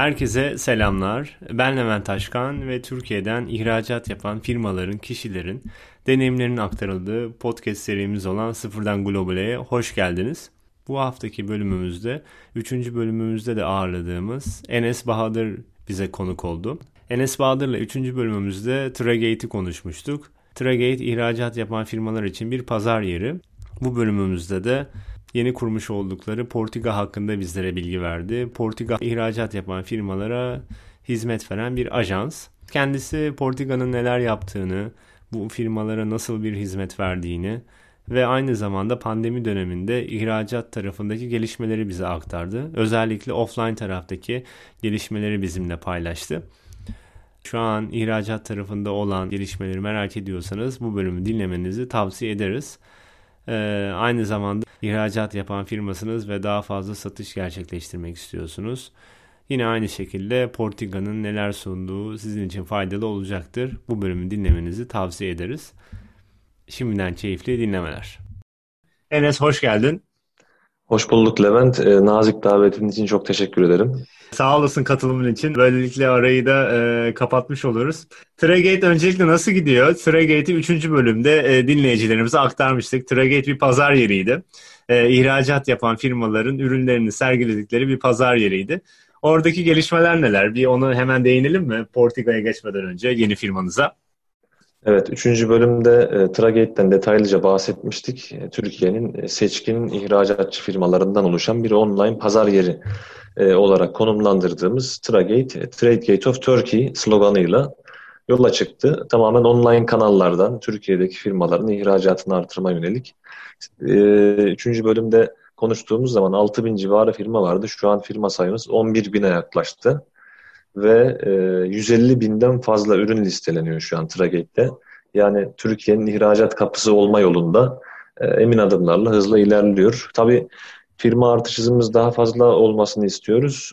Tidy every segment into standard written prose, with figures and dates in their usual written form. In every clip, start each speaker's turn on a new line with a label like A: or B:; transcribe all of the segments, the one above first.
A: Herkese selamlar. Ben Levent Taşkan ve Türkiye'den ihracat yapan firmaların, kişilerin deneyimlerinin aktarıldığı podcast serimiz olan Sıfırdan Globale'ye hoş geldiniz. Bu haftaki bölümümüzde, 3. bölümümüzde de ağırladığımız Enes Bahadır bize konuk oldu. Enes Bahadır'la 3. bölümümüzde Tragate'i konuşmuştuk. Tragate ihracat yapan firmalar için bir pazar yeri. Bu bölümümüzde de yeni kurmuş oldukları Portiga hakkında bizlere bilgi verdi. Portiga ihracat yapan firmalara hizmet veren bir ajans. Kendisi Portiga'nın neler yaptığını, bu firmalara nasıl bir hizmet verdiğini ve aynı zamanda pandemi döneminde ihracat tarafındaki gelişmeleri bize aktardı. Özellikle offline taraftaki gelişmeleri bizimle paylaştı. Şu an ihracat tarafında olan gelişmeleri merak ediyorsanız bu bölümü dinlemenizi tavsiye ederiz. Aynı zamanda ihracat yapan firmasınız ve daha fazla satış gerçekleştirmek istiyorsunuz. Yine aynı şekilde Portiga'nın neler sunduğu sizin için faydalı olacaktır. Bu bölümü dinlemenizi tavsiye ederiz. Şimdiden keyifli dinlemeler. Enes hoş geldin.
B: Hoş bulduk Levent. Nazik davetin için çok teşekkür ederim.
A: Sağ olasın katılımın için. Böylelikle arayı da kapatmış oluruz. Tragate öncelikle nasıl gidiyor? Tragate'i 3. bölümde dinleyicilerimize aktarmıştık. Tragate bir pazar yeriydi. İhracat yapan firmaların ürünlerini sergiledikleri bir pazar yeriydi. Oradaki gelişmeler neler? Bir onu hemen değinelim mi? Portiga'ya geçmeden önce yeni firmanıza.
B: Evet, 3. bölümde Tragate'den detaylıca bahsetmiştik. Türkiye'nin seçkin ihracatçı firmalarından oluşan bir online pazar yeri olarak konumlandırdığımız Tragate, Trade Gate of Turkey sloganıyla yola çıktı. Tamamen online kanallardan Türkiye'deki firmaların ihracatını artırma yönelik. 3. bölümde konuştuğumuz zaman 6.000 civarı firma vardı. Şu an firma sayımız 11.000'e yaklaştı. Ve 150 binden fazla ürün listeleniyor şu an Tragate'de. Yani Türkiye'nin ihracat kapısı olma yolunda emin adımlarla hızla ilerliyor. Tabii firma artış hızımız daha fazla olmasını istiyoruz.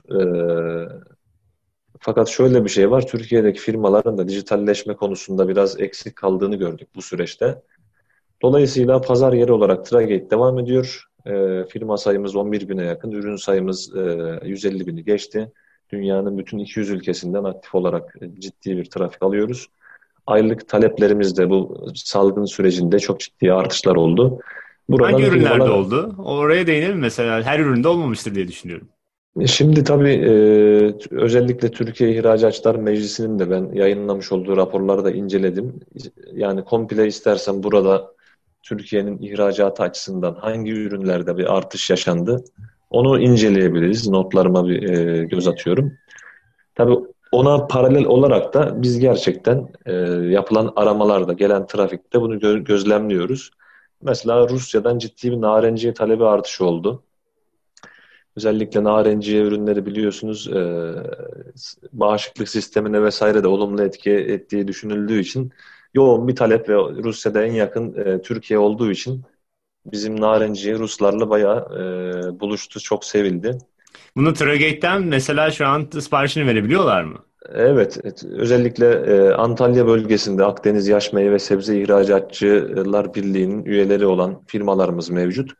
B: Fakat şöyle bir şey var. Türkiye'deki firmaların da dijitalleşme konusunda biraz eksik kaldığını gördük bu süreçte. Dolayısıyla pazar yeri olarak Tragate devam ediyor. Firma sayımız 11.000'e yakın, ürün sayımız 150.000'i geçti. Dünyanın bütün 200 ülkesinden aktif olarak ciddi bir trafik alıyoruz. Aylık taleplerimiz de bu salgın sürecinde çok ciddi artışlar oldu.
A: Hangi
B: Buradan
A: ürünlerde
B: firmalar...
A: oldu? Oraya değinelim mesela. Her üründe olmamıştır diye düşünüyorum.
B: Şimdi tabii özellikle Türkiye İhracatçılar Meclisi'nin de ben yayınlamış olduğu raporları da inceledim. Yani komple istersen burada Türkiye'nin ihracatı açısından hangi ürünlerde bir artış yaşandı onu inceleyebiliriz. Notlarıma bir göz atıyorum. Tabii ona paralel olarak da biz gerçekten yapılan aramalarda, gelen trafikte bunu gözlemliyoruz. Mesela Rusya'dan ciddi bir narenciye talebi artışı oldu. Özellikle narenciye ürünleri biliyorsunuz bağışıklık sistemine vesaire de olumlu etki ettiği düşünüldüğü için yoğun bir talep ve Rusya'da en yakın Türkiye olduğu için bizim narenciye Ruslarla bayağı buluştu, çok sevildi.
A: Bunu Tragate'den mesela şu an siparişini verebiliyorlar mı?
B: Evet, özellikle Antalya bölgesinde Akdeniz Yaş Meyve Sebze İhracatçılar Birliği'nin üyeleri olan firmalarımız mevcut.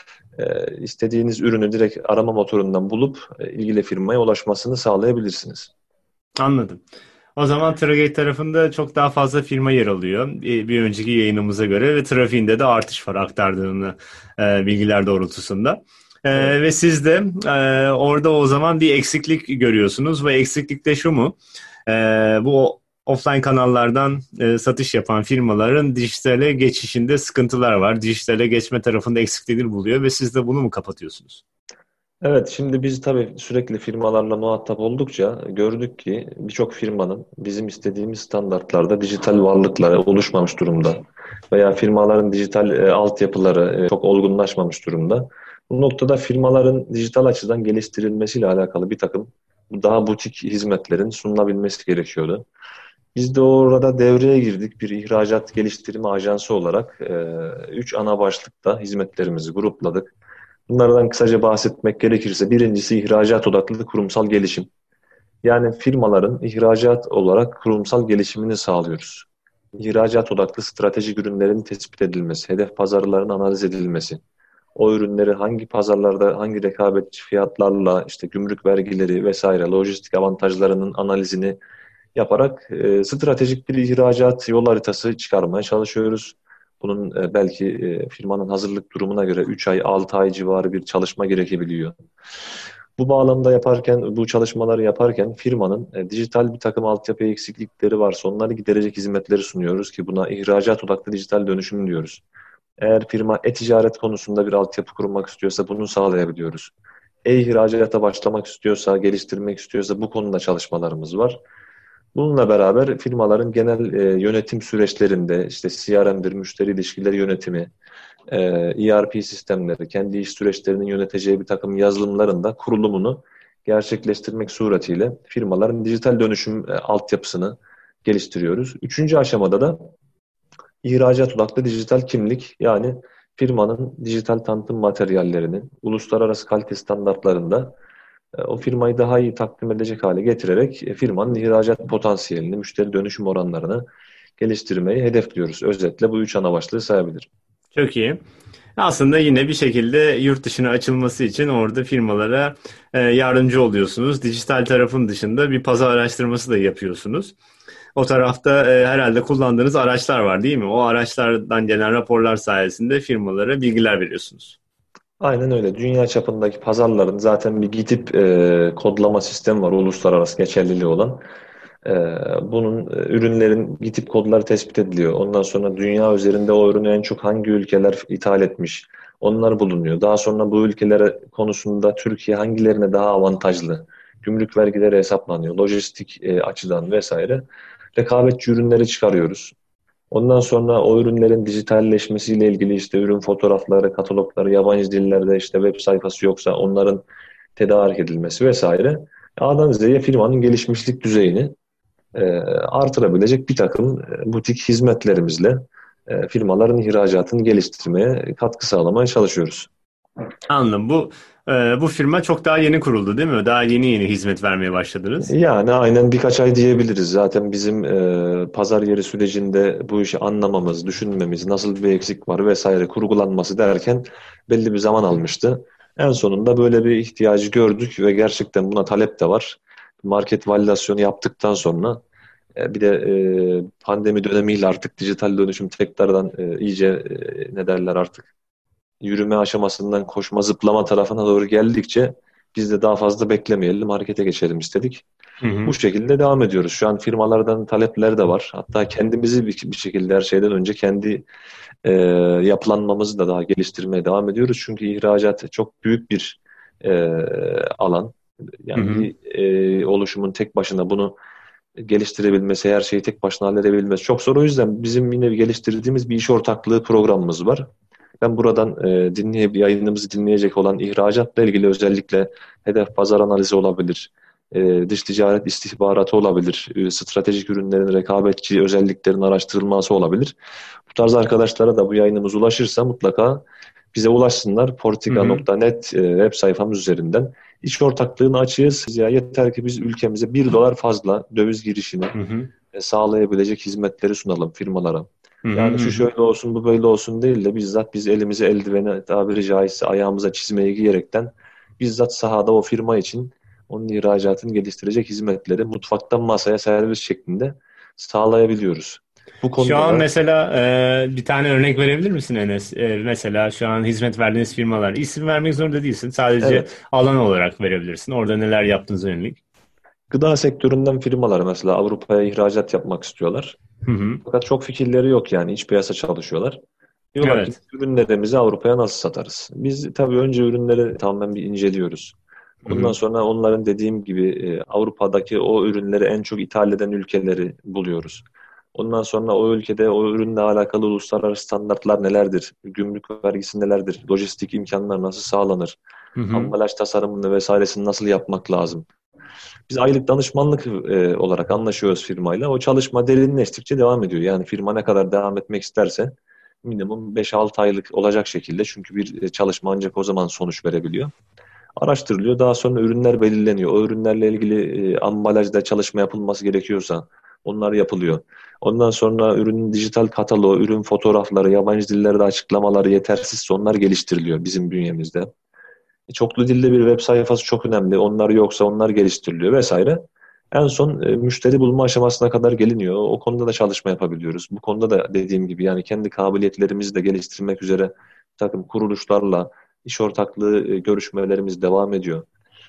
B: İstediğiniz ürünü direkt arama motorundan bulup ilgili firmaya ulaşmasını sağlayabilirsiniz.
A: Anladım. O zaman Tragate tarafında çok daha fazla firma yer alıyor bir önceki yayınımıza göre ve trafiğinde de artış var aktardığını bilgiler doğrultusunda.
B: Evet.
A: Ve siz de orada o zaman bir eksiklik görüyorsunuz ve eksiklik de şu mu? E, Bu offline kanallardan satış yapan firmaların dijitale geçişinde sıkıntılar var. Dijitale geçme tarafında eksiklikleri buluyor ve siz de bunu mu kapatıyorsunuz?
B: Evet, şimdi biz tabii sürekli firmalarla muhatap oldukça gördük ki birçok firmanın bizim istediğimiz standartlarda dijital varlıkları oluşmamış durumda veya firmaların dijital altyapıları çok olgunlaşmamış durumda. Bu noktada firmaların dijital açıdan geliştirilmesiyle alakalı bir takım daha butik hizmetlerin sunulabilmesi gerekiyordu. Biz de orada devreye girdik. Bir ihracat geliştirme ajansı olarak 3 ana başlıkta hizmetlerimizi grupladık. Bunlardan kısaca bahsetmek gerekirse birincisi ihracat odaklı kurumsal gelişim. Yani firmaların ihracat olarak kurumsal gelişimini sağlıyoruz. İhracat odaklı stratejik ürünlerin tespit edilmesi, hedef pazarların analiz edilmesi, o ürünleri hangi pazarlarda hangi rekabetçi fiyatlarla işte gümrük vergileri vesaire lojistik avantajlarının analizini yaparak stratejik bir ihracat yol haritası çıkarmaya çalışıyoruz. Bunun belki firmanın hazırlık durumuna göre 3 ay 6 ay civarı bir çalışma gerekebiliyor. Bu bağlamda yaparken, bu çalışmaları yaparken firmanın dijital bir takım altyapı eksiklikleri varsa onları giderecek hizmetleri sunuyoruz ki buna ihracat odaklı dijital dönüşüm diyoruz. Eğer firma e-ticaret konusunda bir altyapı kurmak istiyorsa bunu sağlayabiliyoruz. E-ihracata başlamak istiyorsa, geliştirmek istiyorsa bu konuda çalışmalarımız var. Bununla beraber firmaların genel yönetim süreçlerinde işte CRM'dir, müşteri ilişkileri yönetimi, ERP sistemleri, kendi iş süreçlerinin yöneteceği bir takım yazılımların da kurulumunu gerçekleştirmek suretiyle firmaların dijital dönüşüm altyapısını geliştiriyoruz. Üçüncü aşamada da ihracat odaklı dijital kimlik yani firmanın dijital tanıtım materyallerini uluslararası kalite standartlarında o firmayı daha iyi takdim edecek hale getirerek firmanın ihracat potansiyelini, müşteri dönüşüm oranlarını geliştirmeyi hedefliyoruz. Özetle bu üç ana başlığı sayabilirim.
A: Çok iyi. Aslında yine bir şekilde yurt dışına açılması için orada firmalara yardımcı oluyorsunuz. Dijital tarafın dışında bir pazar araştırması da yapıyorsunuz. O tarafta herhalde kullandığınız araçlar var değil mi? O araçlardan gelen raporlar sayesinde firmalara bilgiler veriyorsunuz.
B: Aynen öyle. Dünya çapındaki pazarların zaten bir gidip kodlama sistemi var, uluslararası geçerliliği olan. E, bunun ürünlerin gidip kodları tespit ediliyor. Ondan sonra dünya üzerinde o ürünü en çok hangi ülkeler ithal etmiş, onlar bulunuyor. Daha sonra bu ülkelere konusunda Türkiye hangilerine daha avantajlı, gümrük vergileri hesaplanıyor, lojistik açıdan vesaire. Rekabetçi ürünleri çıkarıyoruz. Ondan sonra o ürünlerin dijitalleşmesiyle ilgili işte ürün fotoğrafları, katalogları, yabancı dillerde işte web sayfası yoksa onların tedarik edilmesi vesaire. A'dan Z'ye firmanın gelişmişlik düzeyini artırabilecek bir takım butik hizmetlerimizle firmaların ihracatını geliştirmeye, katkı sağlamaya çalışıyoruz.
A: Anladım. Bu firma çok daha yeni kuruldu değil mi? Daha yeni hizmet vermeye başladınız.
B: Yani aynen birkaç ay diyebiliriz. Zaten bizim pazar yeri sürecinde bu işi anlamamız, düşünmemiz, nasıl bir eksik var vesaire kurgulanması derken belli bir zaman almıştı. En sonunda böyle bir ihtiyacı gördük ve gerçekten buna talep de var. Market validasyonu yaptıktan sonra bir de pandemi dönemiyle artık dijital dönüşüm tekrardan iyice ne derler artık yürüme aşamasından koşma zıplama tarafına doğru geldikçe biz de daha fazla beklemeyelim, harekete geçelim istedik.
A: Hı hı.
B: Bu şekilde devam ediyoruz. Şu an firmalardan talepler de var. Hatta kendimizi bir şekilde her şeyden önce kendi yapılanmamızı da daha geliştirmeye devam ediyoruz. Çünkü ihracat çok büyük bir e, alan.
A: Hı
B: Yani
A: hı.
B: bir oluşumun tek başına bunu geliştirebilmesi, her şeyi tek başına halledebilmesi çok zor. O yüzden bizim yine geliştirdiğimiz bir iş ortaklığı programımız var. Ben buradan yayınımızı dinleyecek olan ihracatla ilgili özellikle hedef pazar analizi olabilir, dış ticaret istihbaratı olabilir, stratejik ürünlerin rekabetçi özelliklerin araştırılması olabilir. Bu tarz arkadaşlara da bu yayınımız ulaşırsa mutlaka bize ulaşsınlar.
A: Hı hı.
B: Portika.net web sayfamız üzerinden. İş ortaklığını açığız. Ya yeter ki biz ülkemize 1 dolar fazla döviz girişini
A: Hı hı.
B: sağlayabilecek hizmetleri sunalım firmalara.
A: Hı hı.
B: Yani
A: Hı
B: şu
A: hı.
B: şöyle olsun, bu böyle olsun değil de bizzat biz elimize eldiveni tabiri caizse ayağımıza çizmeyi giyerekten bizzat sahada o firma için onun ihracatını geliştirecek hizmetleri mutfaktan masaya servis şeklinde sağlayabiliyoruz. Bu
A: Şu
B: konuda
A: an
B: da
A: mesela bir tane örnek verebilir misin Enes? Mesela şu an hizmet verdiğiniz firmalar. İsim vermek zorunda değilsin. Sadece
B: evet,
A: alan olarak verebilirsin. Orada neler yaptığınıza yönelik.
B: gıda sektöründen firmalar mesela Avrupa'ya ihracat yapmak istiyorlar.
A: Hı hı.
B: Fakat çok fikirleri yok yani iç piyasa çalışıyorlar. Diyorlar ki
A: Evet.
B: ürünlerimizi Avrupa'ya nasıl satarız? Biz tabii önce ürünleri tamamen bir inceliyoruz.
A: Hı
B: Ondan
A: hı.
B: sonra onların dediğim gibi Avrupa'daki o ürünleri en çok ithal eden ülkeleri buluyoruz. Ondan sonra o ülkede o ürünle alakalı uluslararası standartlar nelerdir? Gümrük vergisi nelerdir? Lojistik imkanlar nasıl sağlanır?
A: Hı hı.
B: Ambalaj tasarımını vesairesini nasıl yapmak lazım? Biz aylık danışmanlık olarak anlaşıyoruz firmayla. O çalışma derinleştikçe devam ediyor. Yani firma ne kadar devam etmek isterse minimum 5-6 aylık olacak şekilde çünkü bir çalışma ancak o zaman sonuç verebiliyor. Araştırılıyor. Daha sonra ürünler belirleniyor. O ürünlerle ilgili ambalajda çalışma yapılması gerekiyorsa, Onlar yapılıyor. Ondan sonra ürünün dijital kataloğu, ürün fotoğrafları, yabancı dillerde açıklamaları yetersizse onlar geliştiriliyor bizim bünyemizde. Çoklu dilde bir web sayfası çok önemli. Onlar yoksa onlar geliştiriliyor vesaire. En son müşteri bulma aşamasına kadar geliniyor. O konuda da çalışma yapabiliyoruz. Bu konuda da dediğim gibi yani kendi kabiliyetlerimizi de geliştirmek üzere bir takım kuruluşlarla iş ortaklığı görüşmelerimiz devam ediyor.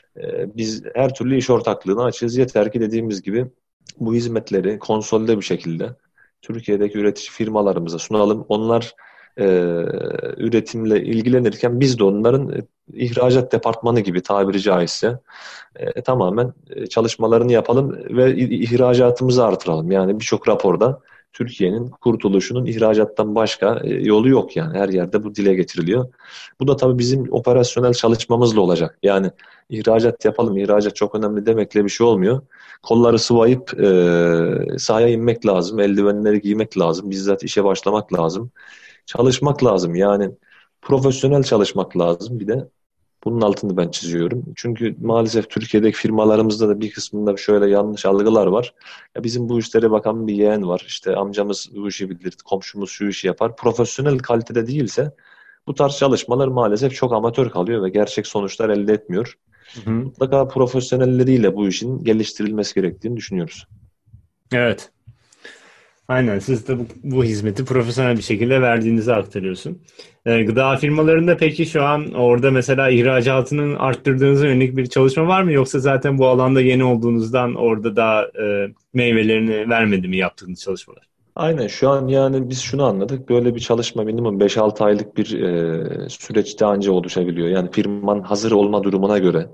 B: Biz her türlü iş ortaklığına açığız. Yeter ki dediğimiz gibi bu hizmetleri konsolide bir şekilde Türkiye'deki üretici firmalarımıza sunalım. Onlar e, üretimle ilgilenirken biz de onların ihracat departmanı gibi tabiri caizse tamamen çalışmalarını yapalım ve ihracatımızı artıralım. Yani birçok raporda Türkiye'nin kurtuluşunun ihracattan başka yolu yok yani. Her yerde bu dile getiriliyor. Bu da tabii bizim operasyonel çalışmamızla olacak. Yani ihracat yapalım, ihracat çok önemli demekle bir şey olmuyor. Kolları sıvayıp sahaya inmek lazım, eldivenleri giymek lazım, bizzat işe başlamak lazım. Çalışmak lazım yani profesyonel çalışmak lazım bir de bunun altını ben çiziyorum. Çünkü maalesef Türkiye'deki firmalarımızda da bir kısmında şöyle yanlış algılar var. Ya bizim bu işlere bakan bir yeğen var. İşte amcamız bu işi bilir, komşumuz şu işi yapar. Profesyonel kalitede değilse bu tarz çalışmalar maalesef çok amatör kalıyor ve gerçek sonuçlar elde etmiyor.
A: Hı hı.
B: Mutlaka profesyonelleriyle bu işin geliştirilmesi gerektiğini düşünüyoruz.
A: Evet. Aynen. Siz de bu hizmeti profesyonel bir şekilde verdiğinizi aktarıyorsun. Gıda firmalarında peki şu an orada mesela ihracatının arttırdığınıza yönelik bir çalışma var mı? Yoksa zaten bu alanda yeni olduğunuzdan orada daha meyvelerini vermedi mi yaptığınız çalışmalar?
B: Aynen şu an yani biz şunu anladık. Böyle bir çalışma minimum 5-6 aylık bir süreçte anca oluşabiliyor. Yani firmanın hazır olma durumuna göre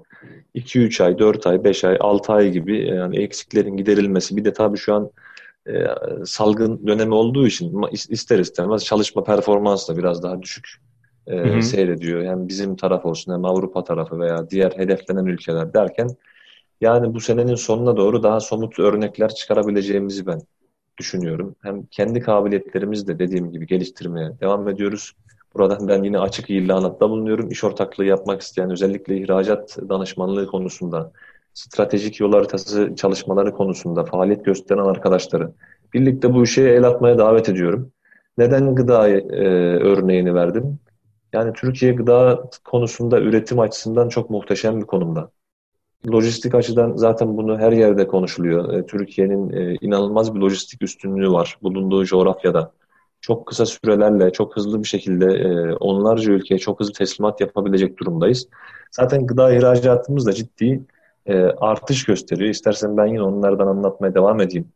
B: 2-3 ay, 4 ay, 5 ay, 6 ay gibi yani eksiklerin giderilmesi. Bir de tabii şu an e, salgın dönemi olduğu için ister istemez çalışma performansı da biraz daha düşük
A: Hı hı.
B: seyrediyor. Yani bizim taraf olsun hem Avrupa tarafı veya diğer hedeflenen ülkeler derken yani bu senenin sonuna doğru daha somut örnekler çıkarabileceğimizi ben düşünüyorum. Hem kendi kabiliyetlerimizi de dediğim gibi geliştirmeye devam ediyoruz. Buradan ben yine açık ilanatta bulunuyorum. İş ortaklığı yapmak isteyen özellikle ihracat danışmanlığı konusunda, stratejik yol haritası çalışmaları konusunda faaliyet gösteren arkadaşları birlikte bu işe el atmaya davet ediyorum. Neden gıda örneğini verdim? Yani Türkiye gıda konusunda üretim açısından çok muhteşem bir konumda. Lojistik açıdan zaten bunu her yerde konuşuluyor. Türkiye'nin inanılmaz bir lojistik üstünlüğü var bulunduğu coğrafyada. Çok kısa sürelerle, çok hızlı bir şekilde onlarca ülkeye çok hızlı teslimat yapabilecek durumdayız. Zaten gıda ihracatımız da ciddi artış gösteriyor. İstersen ben yine onlardan anlatmaya devam edeyim.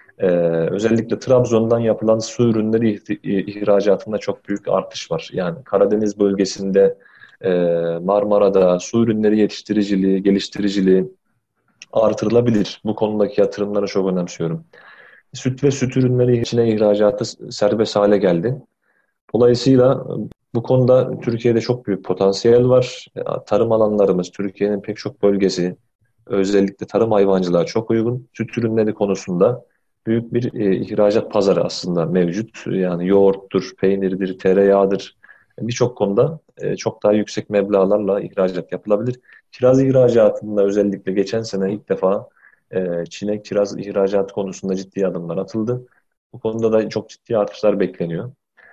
B: Özellikle Trabzon'dan yapılan su ürünleri ihracatında çok büyük artış var. Yani Karadeniz bölgesinde, e, Marmara'da su ürünleri yetiştiriciliği, geliştiriciliği artırılabilir. Bu konudaki yatırımları çok önemsiyorum. Süt ve süt ürünleri içine ihracatı serbest hale geldi. Dolayısıyla bu konuda Türkiye'de çok büyük potansiyel var. Tarım alanlarımız, Türkiye'nin pek çok bölgesi, özellikle tarım hayvancılığa çok uygun. Süt ürünleri konusunda büyük bir ihracat pazarı aslında mevcut. Yani yoğurttur, peynirdir, tereyağıdır. Birçok konuda çok daha yüksek meblağlarla ihracat yapılabilir. Kiraz ihracatında özellikle geçen sene ilk defa Çin'e kiraz ihracatı konusunda ciddi adımlar atıldı. Bu konuda da çok ciddi artışlar bekleniyor.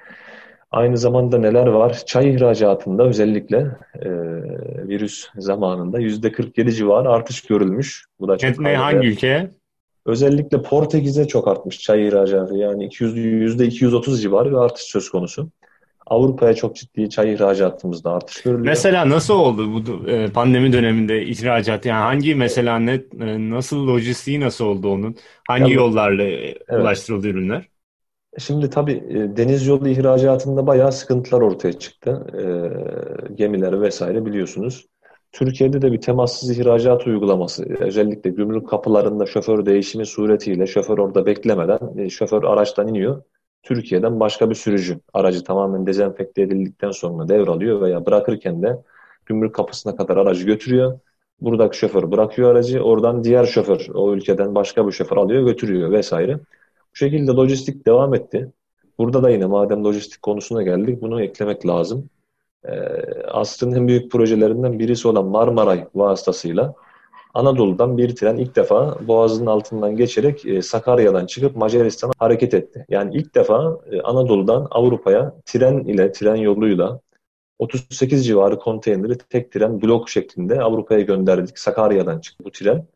B: Aynı zamanda neler var? Çay ihracatında özellikle e, virüs zamanında %47 civarı artış görülmüş. Bu da çok kayda
A: Hangi
B: değer.
A: ülkeye?
B: Özellikle Portekiz'e çok artmış çay ihracatı. Yani %230 civarı bir artış söz konusu. Avrupa'ya çok ciddi çay ihracatımızda artış görülüyor.
A: Mesela nasıl oldu bu pandemi döneminde ihracat? Yani hangi mesela nasıl lojistiği nasıl oldu onun?
B: Ya,
A: Hangi yollarla
B: evet.
A: ulaştırıldı ürünler?
B: Şimdi tabii deniz yolu ihracatında bayağı sıkıntılar ortaya çıktı. Gemiler vesaire biliyorsunuz. Türkiye'de de bir temassız ihracat uygulaması, özellikle gümrük kapılarında şoför değişimi suretiyle şoför orada beklemeden şoför araçtan iniyor. Türkiye'den başka bir sürücü aracı tamamen dezenfekte edildikten sonra devralıyor veya bırakırken de gümrük kapısına kadar aracı götürüyor. Buradaki şoför bırakıyor aracı, oradan diğer şoför o ülkeden başka bir şoför alıyor götürüyor vesaire. Bu şekilde lojistik devam etti. Burada da yine madem lojistik konusuna geldik bunu eklemek lazım. Asrın en büyük projelerinden birisi olan Marmaray vasıtasıyla Anadolu'dan bir tren ilk defa Boğaz'ın altından geçerek Sakarya'dan çıkıp Macaristan'a hareket etti. Yani ilk defa Anadolu'dan Avrupa'ya tren yoluyla 38 civarı konteyneri tek tren blok şeklinde Avrupa'ya gönderdik. Sakarya'dan çıktı bu tren.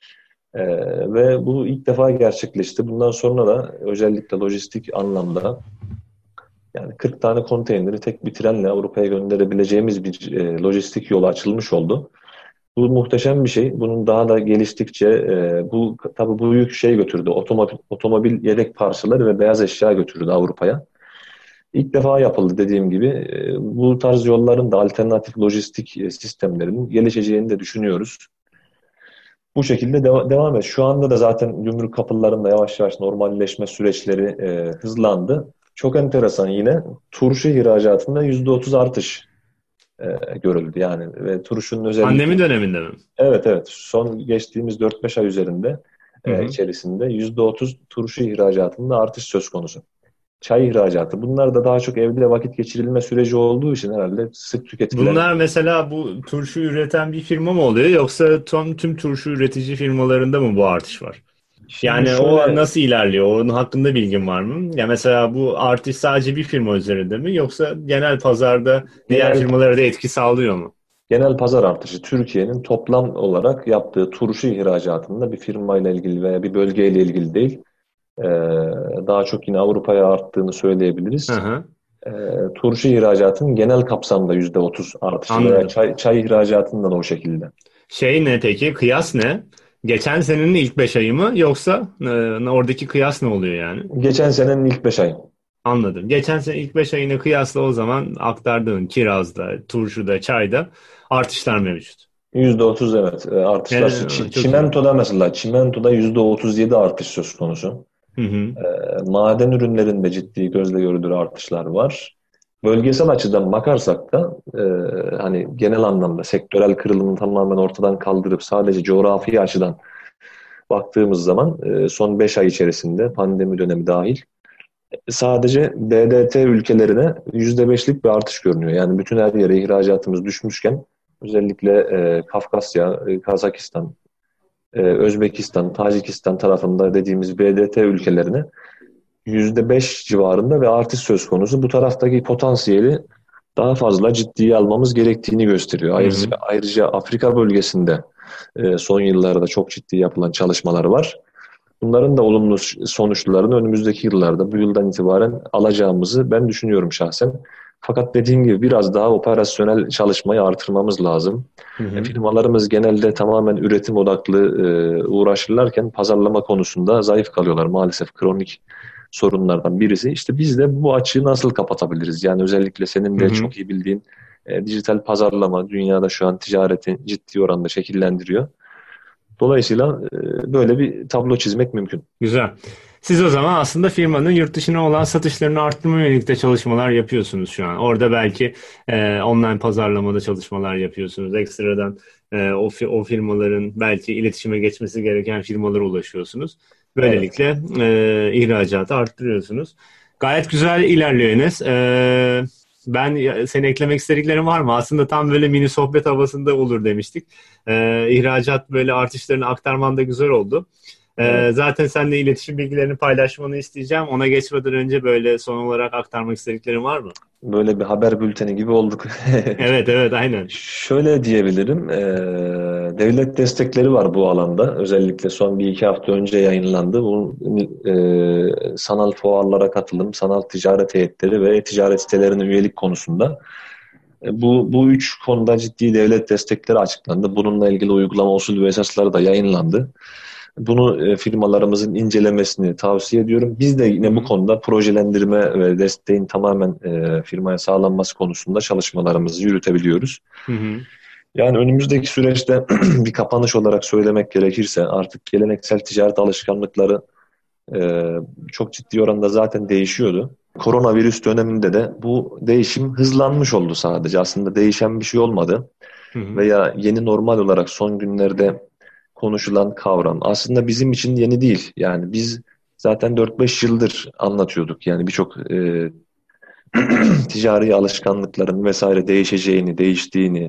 B: Ve bu ilk defa gerçekleşti. Bundan sonra da özellikle lojistik anlamda yani 40 tane konteyneri tek bir trenle Avrupa'ya gönderebileceğimiz bir lojistik yolu açılmış oldu. Bu muhteşem bir şey. Bunun daha da geliştikçe bu tabii bu büyük şey götürdü. Otomobil yedek parçaları ve beyaz eşya götürdü Avrupa'ya. İlk defa yapıldı dediğim gibi. Bu tarz yolların da alternatif lojistik sistemlerinin gelişeceğini de düşünüyoruz. Bu şekilde devam et. Şu anda da zaten gümrük kapılarında yavaş yavaş normalleşme süreçleri hızlandı. Çok enteresan yine turşu ihracatında %30 artış görüldü yani ve turşunun özellikle
A: Pandemi döneminde mi?
B: evet evet son geçtiğimiz 4-5 ay üzerinde
A: Hı hı.
B: içerisinde %30 turşu ihracatında artış söz konusu. Çay ihracatı. Bunlar da daha çok evde vakit geçirilme süreci olduğu için herhalde sık tüketilen.
A: Bunlar mesela bu turşu üreten bir firma mı oluyor yoksa tüm turşu üretici firmalarında mı bu artış var?
B: Şimdi
A: Yani o
B: şöyle
A: nasıl ilerliyor? Onun hakkında bilgin var mı? Ya mesela bu artış sadece bir firma üzerinde mi yoksa genel pazarda diğer
B: genel
A: firmalara da etki sağlıyor mu?
B: genel pazar artışı Türkiye'nin toplam olarak yaptığı turşu ihracatında bir firmayla ilgili veya bir bölgeyle ilgili değil. Ee, Daha çok yine Avrupa'ya arttığını
A: Hı
B: söyleyebiliriz.
A: hı.
B: Turşu ihracatının genel kapsamda %30 artışı veya
A: Anladım.
B: çay ihracatında da o şekilde.
A: Şey ne peki? Kıyas ne? Geçen senenin ilk 5 ayı mı yoksa oradaki kıyas ne oluyor yani?
B: Geçen senenin ilk 5 ayı.
A: Anladım. Geçen sene ilk 5 ayına kıyasla o zaman aktardığın kirazda, turşuda, çayda artışlar mevcut.
B: %30 evet artışlar.
A: Çok iyi.
B: Çimentoda %37 artış söz konusu.
A: Hı hı.
B: Maden ürünlerinde ciddi gözle görülür artışlar var. Bölgesel açıdan bakarsak da hani genel anlamda sektörel kırılımını tamamen ortadan kaldırıp sadece coğrafi açıdan baktığımız zaman son 5 ay içerisinde pandemi dönemi dahil sadece BDT ülkelerine %5'lik bir artış görünüyor. Yani bütün her yere ihracatımız düşmüşken özellikle Kafkasya, Kazakistan, Özbekistan, Tacikistan tarafında dediğimiz BDT ülkelerine %5 civarında ve artış söz konusu. Bu taraftaki potansiyeli daha fazla ciddiye almamız gerektiğini gösteriyor.
A: Hı
B: Ayrıca,
A: hı.
B: ayrıca Afrika bölgesinde son yıllarda çok ciddi yapılan çalışmalar var. Bunların da olumlu sonuçlarını önümüzdeki yıllarda bu yıldan itibaren alacağımızı ben düşünüyorum şahsen. Fakat dediğim gibi biraz daha operasyonel çalışmayı artırmamız lazım.
A: Hı hı.
B: Firmalarımız genelde tamamen üretim odaklı uğraşırlarken pazarlama konusunda zayıf kalıyorlar. Maalesef kronik sorunlardan birisi. İşte biz de bu açığı nasıl kapatabiliriz? Yani özellikle senin
A: Hı
B: de
A: hı.
B: çok iyi bildiğin dijital pazarlama dünyada şu an ticareti ciddi oranda şekillendiriyor. Dolayısıyla böyle bir tablo çizmek mümkün.
A: Güzel. Siz o zaman aslında firmanın yurt dışına olan satışlarını arttırmaya yönelik de çalışmalar yapıyorsunuz şu an. Orada belki online pazarlamada çalışmalar yapıyorsunuz. Ekstradan o firmaların belki iletişime geçmesi gereken firmalara ulaşıyorsunuz.
B: Evet.
A: Böylelikle ihracatı arttırıyorsunuz. Gayet güzel ilerliyor Enes. Senin eklemek istediklerin var mı? Aslında tam böyle mini sohbet havasında olur demiştik. İhracat böyle artışlarını aktarman da güzel oldu.
B: Evet.
A: Zaten seninle iletişim bilgilerini paylaşmanı isteyeceğim. Ona geçmeden önce böyle son olarak aktarmak istediklerin var mı?
B: Böyle bir haber bülteni gibi olduk.
A: Evet, evet, aynen.
B: Şöyle diyebilirim. Devlet destekleri var bu alanda. Özellikle son bir iki hafta önce yayınlandı. Bu sanal fuarlara katılım, sanal ticaret heyetleri ve ticaret sitelerine üyelik konusunda. Bu üç konuda ciddi devlet destekleri açıklandı. Bununla ilgili uygulama usul ve esasları da yayınlandı. Bunu firmalarımızın incelemesini tavsiye ediyorum. Biz de
A: Hı
B: yine bu
A: hı.
B: konuda projelendirme ve desteğin tamamen firmaya sağlanması konusunda çalışmalarımızı yürütebiliyoruz.
A: Hı hı.
B: Yani önümüzdeki süreçte bir kapanış olarak söylemek gerekirse artık geleneksel ticaret alışkanlıkları e, çok ciddi oranda zaten değişiyordu. Koronavirüs döneminde de bu değişim hızlanmış oldu sadece. Aslında değişen bir şey olmadı.
A: Hı hı.
B: Veya yeni normal olarak son günlerde konuşulan kavram aslında bizim için yeni değil. Yani biz zaten 4-5 yıldır anlatıyorduk. Yani birçok ticari alışkanlıkların vesaire değişeceğini, değiştiğini,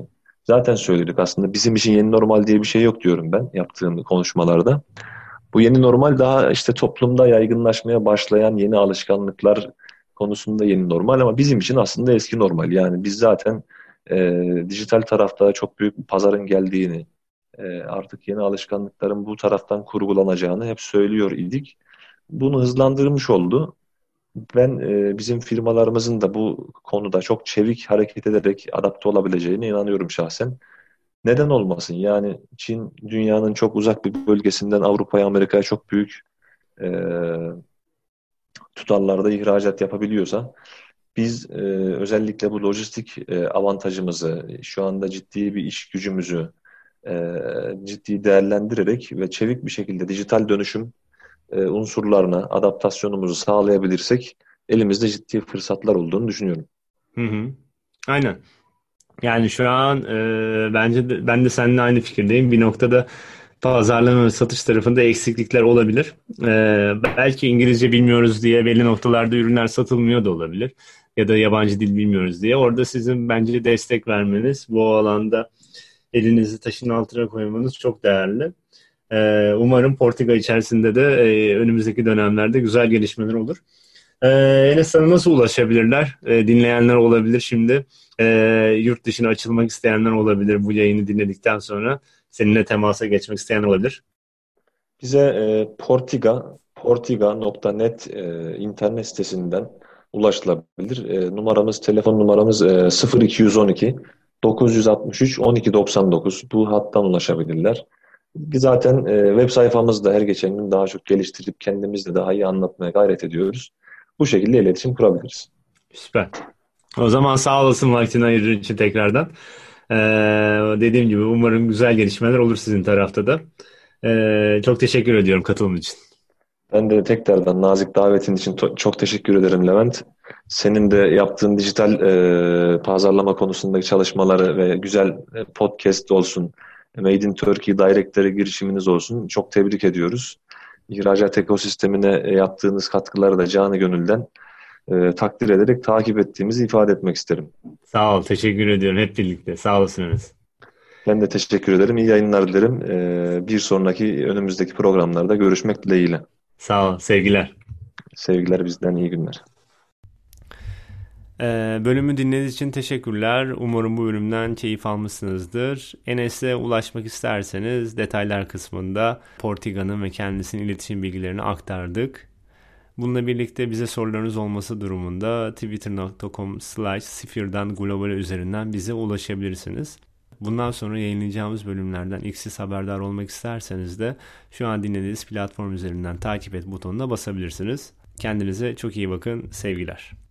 B: zaten söyledik aslında. Bizim için yeni normal diye bir şey yok diyorum ben yaptığım konuşmalarda. Bu yeni normal daha işte toplumda yaygınlaşmaya başlayan yeni alışkanlıklar konusunda yeni normal ama bizim için aslında eski normal. Yani biz zaten dijital tarafta çok büyük bir pazarın geldiğini, artık yeni alışkanlıkların bu taraftan kurgulanacağını hep söylüyor idik. Bunu hızlandırmış oldu. Ben bizim firmalarımızın da bu konuda çok çevik hareket ederek adapte olabileceğine inanıyorum şahsen. Neden olmasın? Yani Çin dünyanın çok uzak bir bölgesinden Avrupa'ya, Amerika'ya çok büyük e, tutarlarda ihracat yapabiliyorsa biz özellikle bu lojistik avantajımızı, şu anda ciddi bir iş gücümüzü ciddi değerlendirerek ve çevik bir şekilde dijital dönüşüm unsurlarına adaptasyonumuzu sağlayabilirsek elimizde ciddi fırsatlar olduğunu düşünüyorum.
A: Hı hı. Aynen. Yani şu an bence de, ben de seninle aynı fikirdeyim. Bir noktada pazarlama ve satış tarafında eksiklikler olabilir. Belki İngilizce bilmiyoruz diye belli noktalarda ürünler satılmıyor da olabilir. Ya da yabancı dil bilmiyoruz diye. Orada sizin bence destek vermeniz, bu alanda elinizi taşın altına koymanız çok değerli. Umarım Portiga içerisinde de önümüzdeki dönemlerde güzel gelişmeler olur. Ee, Enes, sana nasıl ulaşabilirler? Dinleyenler olabilir şimdi. Yurt dışına açılmak isteyenler olabilir bu yayını dinledikten sonra. Seninle temasa geçmek isteyen olabilir.
B: Bize portiga.net internet sitesinden ulaşılabilir. Telefon numaramız 0212 963 1299. Bu hattan ulaşabilirler. Zaten web sayfamızda her geçen gün daha çok geliştirip kendimiz de daha iyi anlatmaya gayret ediyoruz. Bu şekilde iletişim kurabiliriz.
A: Süper. O zaman sağ olasın vaktini ayırdığın için tekrardan. Ee, Dediğim gibi umarım güzel gelişmeler olur sizin tarafta da. Çok teşekkür ediyorum katılım için.
B: Ben de tekrardan nazik davetin için çok teşekkür ederim Levent. Senin de yaptığın dijital pazarlama konusundaki çalışmaları ve güzel podcast olsun, Made in Turkey Direct'lere girişiminiz olsun. Çok tebrik ediyoruz. İhracat ekosistemine yaptığınız katkıları da canı gönülden takdir ederek takip ettiğimizi ifade etmek isterim.
A: Sağ ol, teşekkür ediyorum hep birlikte. Sağ olasın Enes.
B: Ben de teşekkür ederim. İyi yayınlar dilerim. Bir sonraki önümüzdeki programlarda görüşmek dileğiyle.
A: Sağ ol, sevgiler.
B: Sevgiler bizden, iyi günler.
A: Bölümü dinlediğiniz için teşekkürler. Umarım bu bölümden keyif almışsınızdır. Enes'e ulaşmak isterseniz detaylar kısmında Portiga'nın ve kendisinin iletişim bilgilerini aktardık. Bununla birlikte bize sorularınız olması durumunda twitter.com/sifirdanglobal üzerinden bize ulaşabilirsiniz. Bundan sonra yayınlayacağımız bölümlerden ilk siz haberdar olmak isterseniz de şu an dinlediğiniz platform üzerinden takip et butonuna basabilirsiniz. Kendinize çok iyi bakın. Sevgiler.